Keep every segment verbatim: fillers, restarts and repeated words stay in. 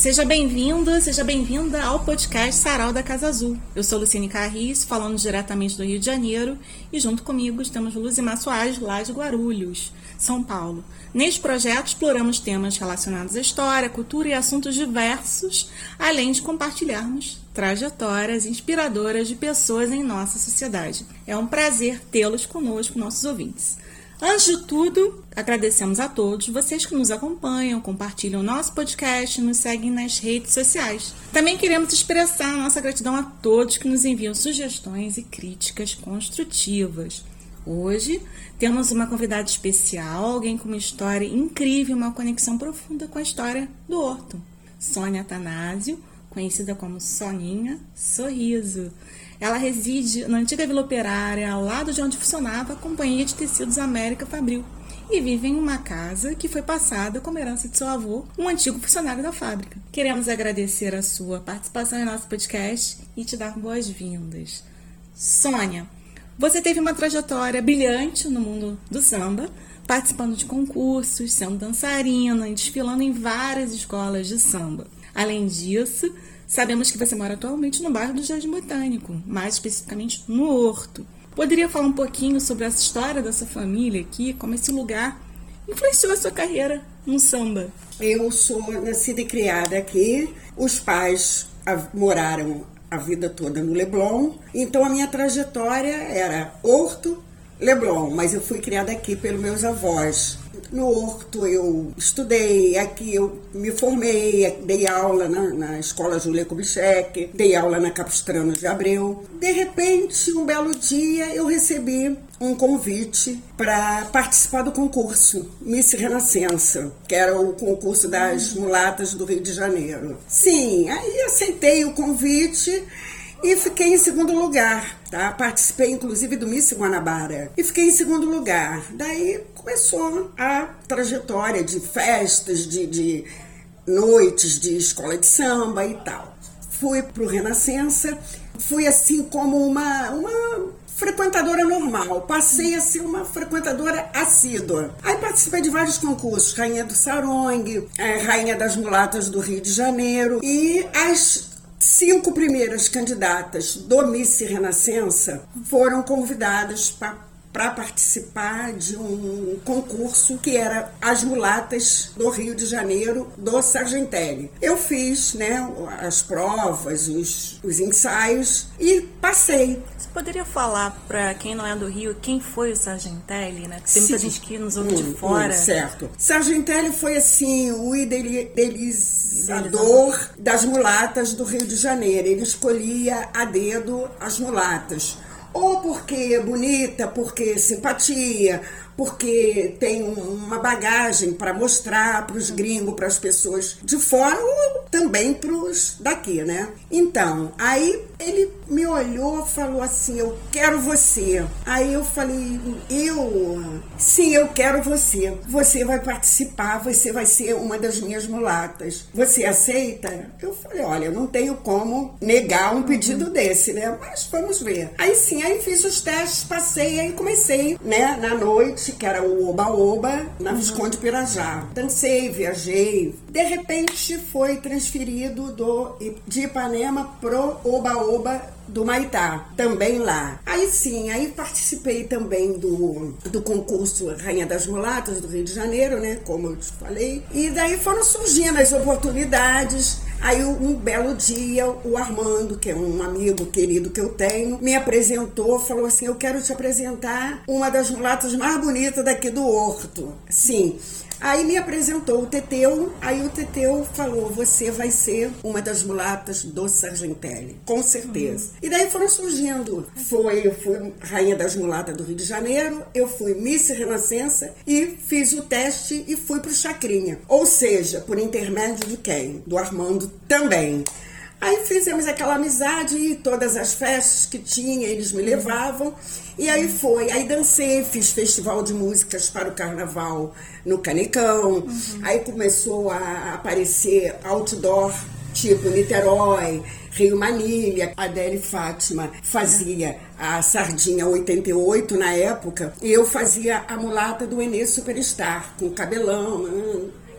Seja bem-vindo, seja bem-vinda ao podcast Sarau da Casa Azul. Eu sou Luciene Carris, falando diretamente do Rio de Janeiro, e junto comigo estamos Luzimar Soares, lá de Guarulhos, São Paulo. Neste projeto exploramos temas relacionados à história, cultura e assuntos diversos, além de compartilharmos trajetórias inspiradoras de pessoas em nossa sociedade. É um prazer tê-los conosco, nossos ouvintes. Antes de tudo, agradecemos a todos vocês que nos acompanham, compartilham o nosso podcast e nos seguem nas redes sociais. Também queremos expressar a nossa gratidão a todos que nos enviam sugestões e críticas construtivas. Hoje temos uma convidada especial, alguém com uma história incrível e uma conexão profunda com a história do Horto. Sônia Atanásio, conhecida como Soninha Sorriso. Ela reside na antiga Vila Operária, ao lado de onde funcionava a Companhia de Tecidos América Fabril, e vive em uma casa que foi passada como herança de seu avô, um antigo funcionário da fábrica. Queremos agradecer a sua participação em nosso podcast e te dar boas-vindas. Sônia, você teve uma trajetória brilhante no mundo do samba, participando de concursos, sendo dançarina e desfilando em várias escolas de samba. Além disso, sabemos que você mora atualmente no bairro do Jardim Botânico, mais especificamente no Horto. Poderia falar um pouquinho sobre essa história da sua família aqui, como esse lugar influenciou a sua carreira no samba? Eu sou nascida e criada aqui. Os pais moraram a vida toda no Leblon, então a minha trajetória era Horto, Leblon, mas eu fui criada aqui pelos meus avós. No Horto eu estudei, aqui eu me formei, dei aula na, na Escola Júlia Kubitschek, dei aula na Capistrano de Abreu. De repente, um belo dia, eu recebi um convite para participar do concurso Miss Renascença, que era o concurso das mulatas do Rio de Janeiro. Sim, aí aceitei o convite e fiquei em segundo lugar, tá? Participei, inclusive, do Miss Guanabara. E fiquei em segundo lugar. Daí começou a trajetória de festas, de, de noites de escola de samba e tal. Fui pro Renascença, fui assim como uma, uma frequentadora normal. Passei a ser uma frequentadora assídua. Aí participei de vários concursos. Rainha do Sarong, Rainha das Mulatas do Rio de Janeiro. E as cinco primeiras candidatas do Miss Renascença foram convidadas para participar de um concurso que era as mulatas do Rio de Janeiro, do Sargentelli. Eu fiz, né, as provas, os, os ensaios e passei. Você poderia falar para quem não é do Rio quem foi o Sargentelli, né? Tem muita Sim. gente que nos ouve hum, de fora. Hum, certo. Sargentelli foi assim o idealizador das mulatas do Rio de Janeiro. Ele escolhia a dedo as mulatas. Ou porque é bonita, porque simpatia, porque tem uma bagagem para mostrar para os gringos, para as pessoas de fora, ou também para os daqui, né? Então, aí ele me olhou e falou assim, eu quero você. Aí eu falei, eu? Sim, eu quero você. Você vai participar, você vai ser uma das minhas mulatas. Você aceita? Eu falei, olha, eu não tenho como negar um pedido desse, né? Mas vamos ver. Aí sim, aí fiz os testes, passei, aí comecei, né, na noite, que era o Oba-Oba, na Visconde Pirajá. Dancei, viajei. De repente, foi transferido do, de Ipanema pro Oba-Oba do Maitá, também lá. Aí sim, aí participei também do, do concurso Rainha das Mulatas do Rio de Janeiro, né, como eu te falei. E daí foram surgindo as oportunidades. Aí um belo dia o Armando, que é um amigo querido que eu tenho, me apresentou, falou assim, eu quero te apresentar uma das mulatas mais bonitas daqui do Horto. Sim. Aí me apresentou o Teteu, aí o Teteu falou, você vai ser uma das mulatas do Sargentelli, com certeza. Uhum. E daí foram surgindo, foi, eu fui Rainha das Mulatas do Rio de Janeiro, eu fui Miss Renascença e fiz o teste e fui pro Chacrinha. Ou seja, por intermédio de quem? Do Armando também. Aí fizemos aquela amizade e todas as festas que tinha, eles me levavam. E aí foi, aí dancei, fiz festival de músicas para o carnaval no Canecão. Uhum. Aí começou a aparecer outdoor, tipo Niterói, Rio Manilha. A Adele Fátima fazia a Sardinha oitenta e oito na época, e eu fazia a mulata do Enê Superstar, com cabelão. Hum.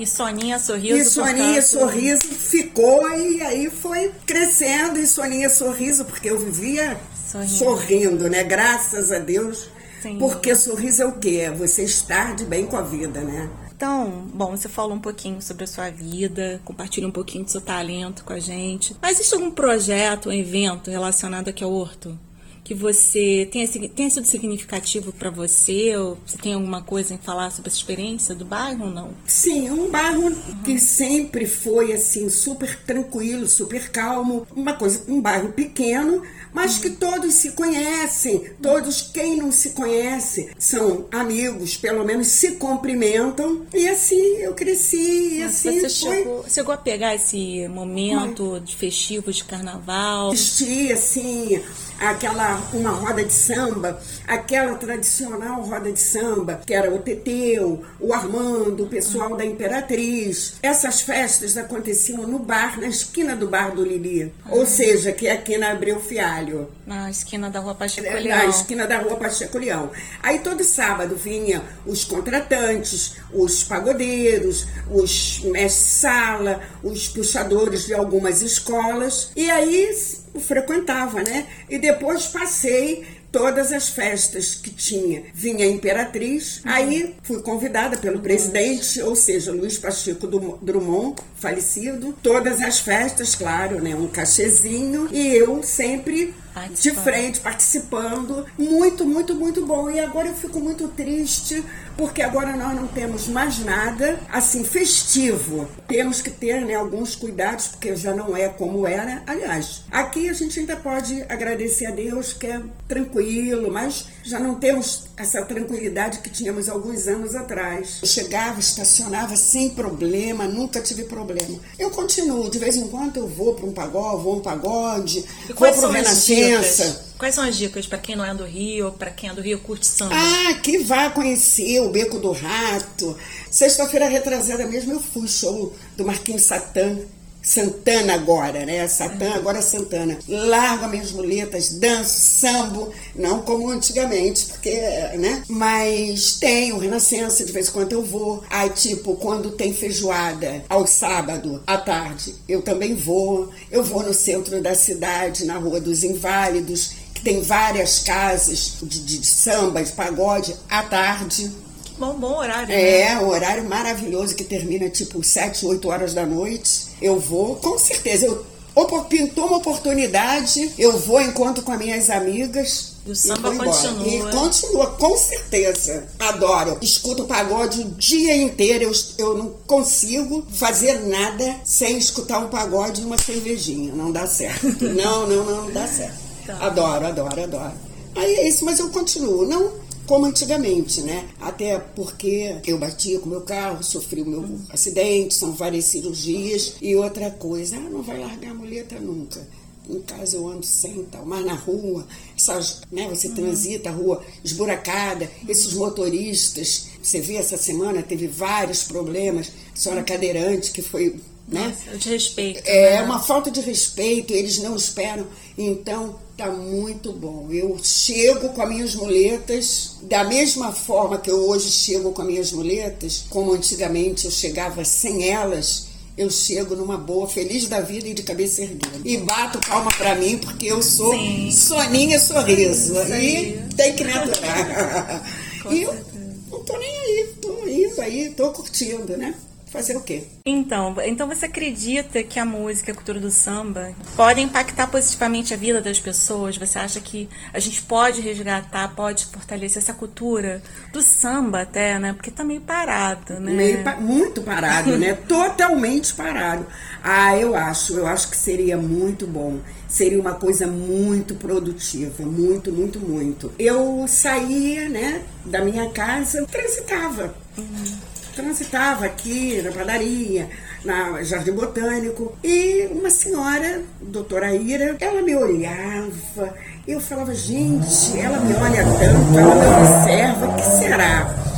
E Soninha Sorriso. E Soninha Sorriso ficou, e aí foi crescendo, e Soninha Sorriso, porque eu vivia sorrindo, sorrindo né? Graças a Deus. Sim. Porque sorriso é o quê? É você estar de bem com a vida, né? Então, bom, você falou um pouquinho sobre a sua vida, compartilha um pouquinho do seu talento com a gente. Mas existe algum projeto, um evento relacionado aqui ao Horto que você tenha, tenha sido significativo para você? Ou você tem alguma coisa em falar sobre essa experiência do bairro ou não? Sim, um bairro uhum. que sempre foi assim super tranquilo, super calmo, uma coisa, um bairro pequeno, mas que todos se conhecem, todos, quem não se conhece, são amigos, pelo menos se cumprimentam, e assim eu cresci, e assim Você foi. Chegou, chegou a pegar esse momento mas, de festivo, de carnaval? Existia, assim, aquela, uma roda de samba, aquela tradicional roda de samba, que era o Teteu, o Armando, o pessoal da Imperatriz. Essas festas aconteciam no bar, na esquina do bar do Lili, ah. ou seja, que é aqui na Abreu Fialho. Na esquina da Rua Pacheco Leão. Na esquina da Rua Pacheco Leão. Aí todo sábado vinha os contratantes, os pagodeiros, os mestres-sala, os puxadores de algumas escolas. E aí eu frequentava, né? E depois passei todas as festas que tinha. Vinha a Imperatriz, uhum. aí fui convidada pelo uhum. presidente, ou seja, Luiz Pacheco Drummond, falecido. Todas as festas, claro, né? Um cachezinho. E eu sempre de frente, participando. Muito, muito, muito bom. E agora eu fico muito triste, porque agora nós não temos mais nada, assim, festivo. Temos que ter, né, alguns cuidados, porque já não é como era. Aliás, aqui a gente ainda pode agradecer a Deus, que é tranquilo, mas já não temos essa tranquilidade que tínhamos alguns anos atrás. Eu chegava, estacionava sem problema, nunca tive problema. Eu continuo, de vez em quando eu vou para um pagode, vou um pagode, e vou para o Renascença. Quais são as dicas para quem não é do Rio, para quem é do Rio curte samba? Ah, que vá conhecer o Beco do Rato. Sexta-feira retrasada mesmo eu fui, show do Marquinhos Satã. Santana agora, né? Satã, agora Santana. Largo as minhas muletas, danço, sambo, não como antigamente, porque, né? Mas tem o Renascença, de vez em quando eu vou. Aí, tipo, quando tem feijoada, ao sábado, à tarde, eu também vou. Eu vou no centro da cidade, na Rua dos Inválidos, que tem várias casas de, de, de samba, de pagode, à tarde. Bom, bom horário. É, né? um horário maravilhoso que termina tipo sete, oito horas da noite. Eu vou, com certeza. Eu, pintou uma oportunidade, eu vou, encontro com as minhas amigas. E o samba continua. E continua, com certeza. Adoro. Escuto pagode o dia inteiro. Eu, eu não consigo fazer nada sem escutar um pagode e uma cervejinha. Não dá certo. não, não, não, não dá certo. Tá. Adoro, adoro, adoro. Aí é isso, mas eu continuo. Não como antigamente, né? Até porque eu batia com o meu carro, sofri o meu uhum. acidente, são várias cirurgias. E outra coisa, ah, não vai largar a muleta nunca. Em casa eu ando sem tal, mas na rua, essas, né, você uhum. transita a rua esburacada, uhum. esses motoristas, você vê essa semana, teve vários problemas, a senhora cadeirante que foi, né? Nossa, de respeito. É né? uma falta de respeito, eles não esperam, então tá muito bom. Eu chego com as minhas muletas, da mesma forma que eu hoje chego com as minhas muletas, como antigamente eu chegava sem elas, eu chego numa boa, feliz da vida e de cabeça erguida. E bato palma pra mim, porque eu sou Sim. Soninha Sorriso. E tem que me aturar. E eu não tô nem aí, tô indo aí, tô curtindo, né? Fazer o quê? Então, então você acredita que a música, a cultura do samba pode impactar positivamente a vida das pessoas? Você acha que a gente pode resgatar, pode fortalecer essa cultura do samba até, né? Porque tá meio parado, né? Meio pa- muito parado, né? Totalmente parado. Ah, eu acho, eu acho que seria muito bom. Seria uma coisa muito produtiva, muito, muito, muito. Eu saía, né, da minha casa, transitava. Uhum. Transitava aqui na padaria, na Jardim Botânico, e uma senhora, doutora Ira, ela me olhava, eu falava, gente, ela me olha tanto, ela me observa, o que será?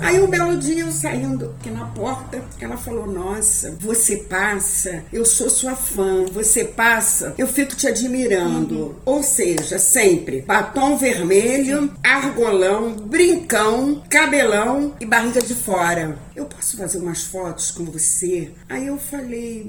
Aí um belo dia eu saindo aqui na porta, ela falou, nossa, você passa, eu sou sua fã, você passa, eu fico te admirando. Uhum. Ou seja, sempre batom vermelho, argolão, brincão, cabelão e barriga de fora. Eu posso fazer umas fotos com você? Aí eu falei,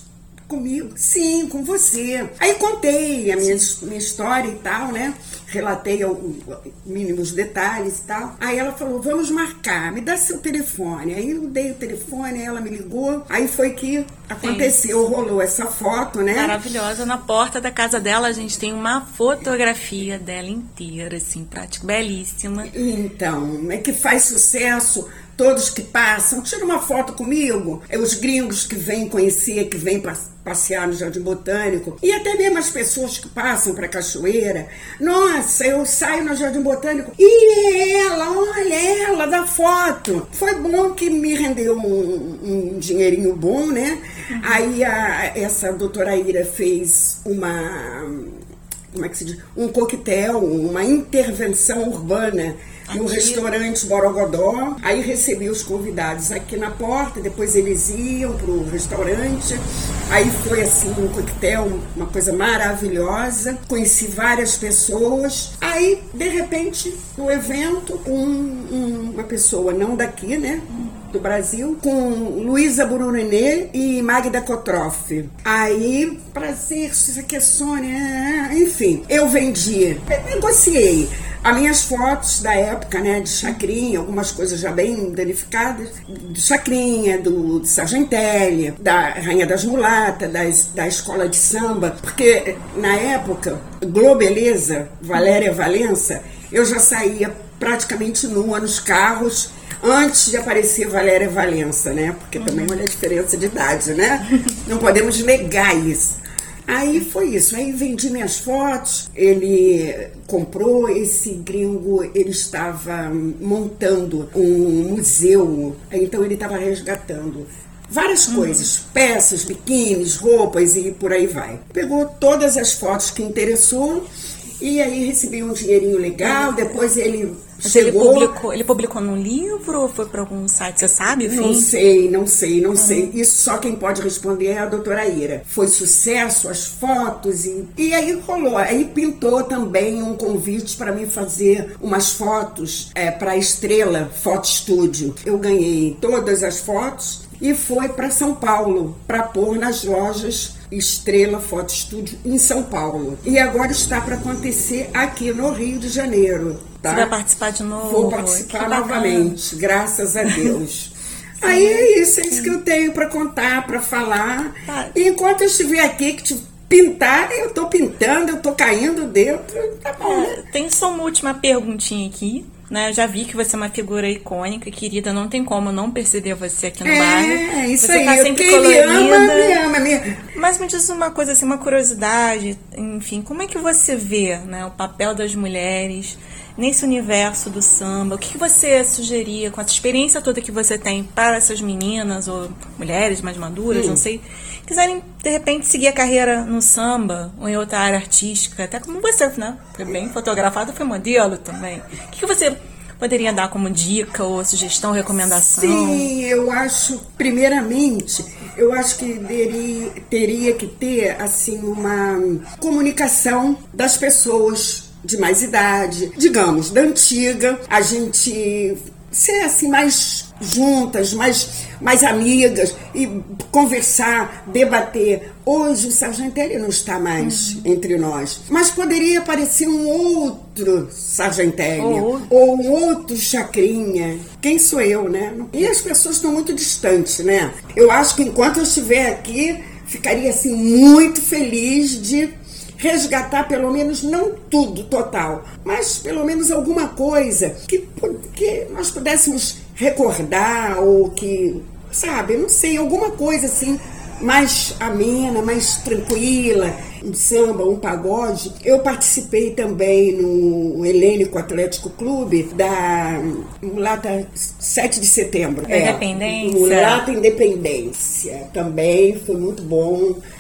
comigo? Sim, com você. Aí contei a minha, minha história e tal, né? Relatei os mínimos detalhes e tal. Aí ela falou, vamos marcar, me dá seu telefone. Aí eu dei o telefone, ela me ligou. Aí foi que aconteceu, Sim. rolou essa foto, né? Maravilhosa. Na porta da casa dela, a gente tem uma fotografia dela inteira, assim, prática, belíssima. Então, é que faz sucesso. Todos que passam, tira uma foto comigo. É os gringos que vêm conhecer, que vêm passear no Jardim Botânico. E até mesmo as pessoas que passam para a cachoeira. Nossa, eu saio no Jardim Botânico e é ela, olha ela da foto. Foi bom que me rendeu um, um dinheirinho bom, né? Uhum. Aí a, essa doutora Ira fez uma... como é que se diz? Um coquetel, uma intervenção urbana no restaurante Borogodó. Aí recebi os convidados aqui na porta, depois eles iam pro restaurante. Aí foi assim um coquetel, uma coisa maravilhosa. Conheci várias pessoas. Aí, de repente, no evento, um, um, uma pessoa não daqui, né? Do Brasil, com Luísa Brunenet e Magda Kotroff. Aí, prazer, isso aqui é Sônia, enfim, eu vendi, negociei as minhas fotos da época, né, de Chacrinha, algumas coisas já bem danificadas, de Chacrinha, do, do Sargentelli, da Rainha das Mulatas, das, da escola de samba, porque na época, Globeleza, Valéria Valença, eu já saía praticamente nua nos carros, antes de aparecer Valéria Valença, né? Porque uhum. também olha a diferença de idade, né? Não podemos negar isso. Aí foi isso, aí vendi minhas fotos, ele comprou, esse gringo, ele estava montando um museu, então ele estava resgatando várias uhum. coisas, peças, biquínis, roupas e por aí vai. Pegou todas as fotos que interessou e aí recebi um dinheirinho legal, depois ele... Mas chegou... ele publicou, ele publicou num livro ou foi para algum site, você sabe? Enfim? Não sei, não sei, não uhum. sei. Isso só quem pode responder é a doutora Ira. Foi sucesso, as fotos e... E aí rolou, aí pintou também um convite para mim fazer umas fotos é, para a Estrela Foto Estúdio. Eu ganhei todas as fotos e foi para São Paulo, para pôr nas lojas Estrela Foto Estúdio em São Paulo. E agora está para acontecer aqui no Rio de Janeiro. Tá? Você vai participar de novo? Vou participar novamente, graças a Deus. Aí é isso, é isso que eu tenho para contar, para falar. Tá. E enquanto eu estiver aqui, que te pintar, eu tô pintando, eu tô caindo dentro, tá bom. É, tem só uma última perguntinha aqui. Né, eu já vi que você é uma figura icônica, querida, não tem como não perceber você aqui no é, bairro. É, isso você aí, tá sempre quem colorida. me ama, me ama. Me... Mas me diz uma coisa assim, uma curiosidade, enfim, como é que você vê, né, o papel das mulheres nesse universo do samba? O que você sugeria, com essa experiência toda que você tem, para essas meninas, ou mulheres mais maduras, hum. não sei, quiserem, de repente, seguir a carreira no samba, ou em outra área artística, até como você, né? Foi bem fotografada, foi modelo também. O que você poderia dar como dica, ou sugestão, recomendação? Sim, eu acho, primeiramente, eu acho que teria, teria que ter, assim, uma comunicação das pessoas de mais idade, digamos, da antiga, a gente ser assim mais juntas, mais, mais amigas e conversar, debater. Hoje o Sargentelli não está mais uhum. entre nós, mas poderia aparecer um outro Sargentelli oh. ou um outro Chacrinha. Quem sou eu, né? E as pessoas estão muito distantes, né? Eu acho que enquanto eu estiver aqui, ficaria assim muito feliz de resgatar pelo menos, não tudo total, mas pelo menos alguma coisa que, que nós pudéssemos recordar, ou que, sabe, não sei, alguma coisa assim mais amena, mais tranquila, um samba, um pagode. Eu participei também no Helênico Atlético Clube da Mulata sete de setembro. Independência. É, Mulata Independência. Também foi muito bom.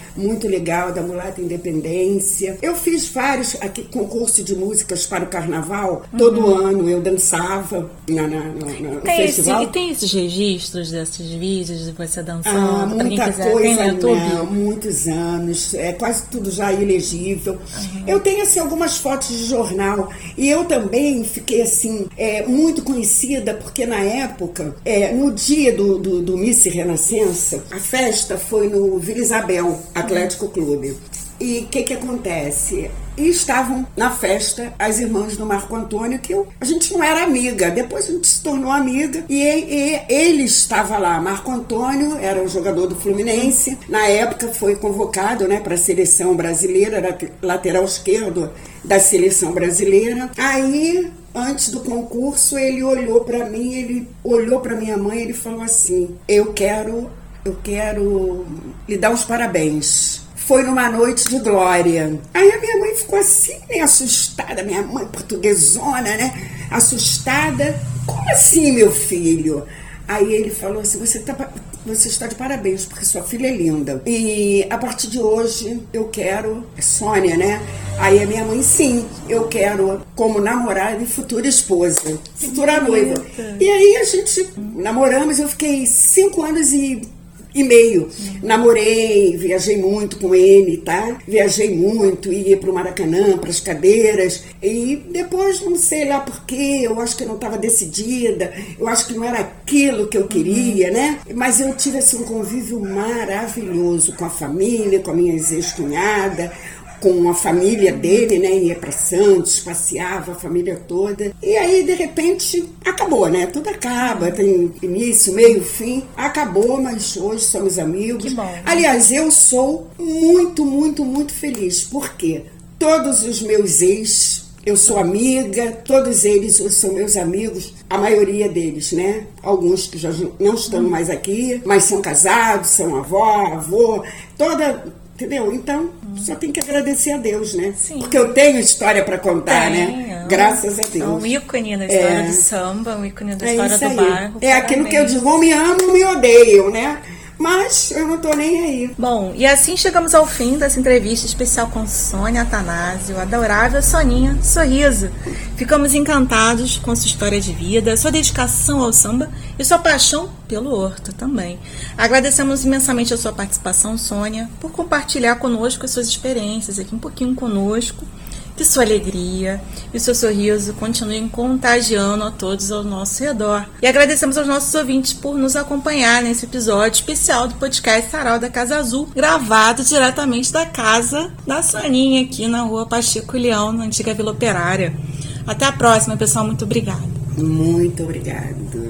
muito legal da Mulata Independência. Eu fiz vários aqui, concursos de músicas para o carnaval. Uhum. Todo ano eu dançava na, na, na, no tem festival. Esse, e tem esses registros desses vídeos de você dançando? Ah, muita quiser, coisa, tem no YouTube? Não, muitos anos. É quase tudo já ilegível. Uhum. Eu tenho assim, algumas fotos de jornal. E eu também fiquei assim, é, muito conhecida, porque na época, é, no dia do, do, do Miss Renascença, a festa foi no Vila Isabel Atlético uhum. Clube. E o que que acontece? E estavam na festa as irmãs do Marco Antônio, que eu, a gente não era amiga, depois a gente se tornou amiga, e, e ele estava lá. Marco Antônio era o jogador do Fluminense, na época foi convocado, né, para a seleção brasileira, era lateral esquerdo da seleção brasileira. Aí, antes do concurso, ele olhou para mim, ele olhou para minha mãe e ele falou assim: eu quero, eu quero lhe dar os parabéns. Foi numa noite de glória. Aí a minha mãe ficou assim, né, assustada, minha mãe portuguesona, né, assustada. Como assim, meu filho? Aí ele falou assim: você, tá, você está de parabéns, porque sua filha é linda. E a partir de hoje eu quero, é Sônia, né? Aí a minha mãe, sim, eu quero como namorada e futura esposa, futura noiva. E aí a gente namoramos, eu fiquei cinco anos e e meio. Uhum. Namorei, viajei muito com ele, tá? Viajei muito, ia pro Maracanã, pras cadeiras, e depois, não sei lá porquê, eu acho que eu não estava decidida, eu acho que não era aquilo que eu queria, uhum. né? Mas eu tive, assim, um convívio maravilhoso com a família, com a minha ex-cunhada, com a família dele, né, ia para Santos, passeava a família toda. E aí, de repente, acabou, né? Tudo acaba, tem início, meio, fim. Acabou, mas hoje somos amigos. Que bom. Aliás, eu sou muito, muito, muito feliz, porque todos os meus ex, eu sou amiga, todos eles são meus amigos, a maioria deles, né? Alguns que já não estão mais aqui, mas são casados, são avó, avô, toda... Entendeu? Então, só tem que agradecer a Deus, né? Sim. Porque eu tenho história para contar, tem, né? Graças a Deus. É um ícone da história é. do samba, um ícone da história é do aí. bairro. É aquilo que eu digo, ou me amam ou me odeiam, né? Mas eu não tô nem aí. Bom, e assim chegamos ao fim dessa entrevista especial com Sônia Atanásio, a adorável Soninha Sorriso. Ficamos encantados com sua história de vida, sua dedicação ao samba e sua paixão pelo horto também. Agradecemos imensamente a sua participação, Sônia, por compartilhar conosco as suas experiências aqui um pouquinho conosco. Que sua alegria e o seu sorriso continuem contagiando a todos ao nosso redor. E agradecemos aos nossos ouvintes por nos acompanhar nesse episódio especial do podcast Sarau da Casa Azul, gravado diretamente da casa da Soninha, aqui na rua Pacheco Leão, na antiga Vila Operária. Até a próxima, pessoal. Muito obrigada. Muito obrigada.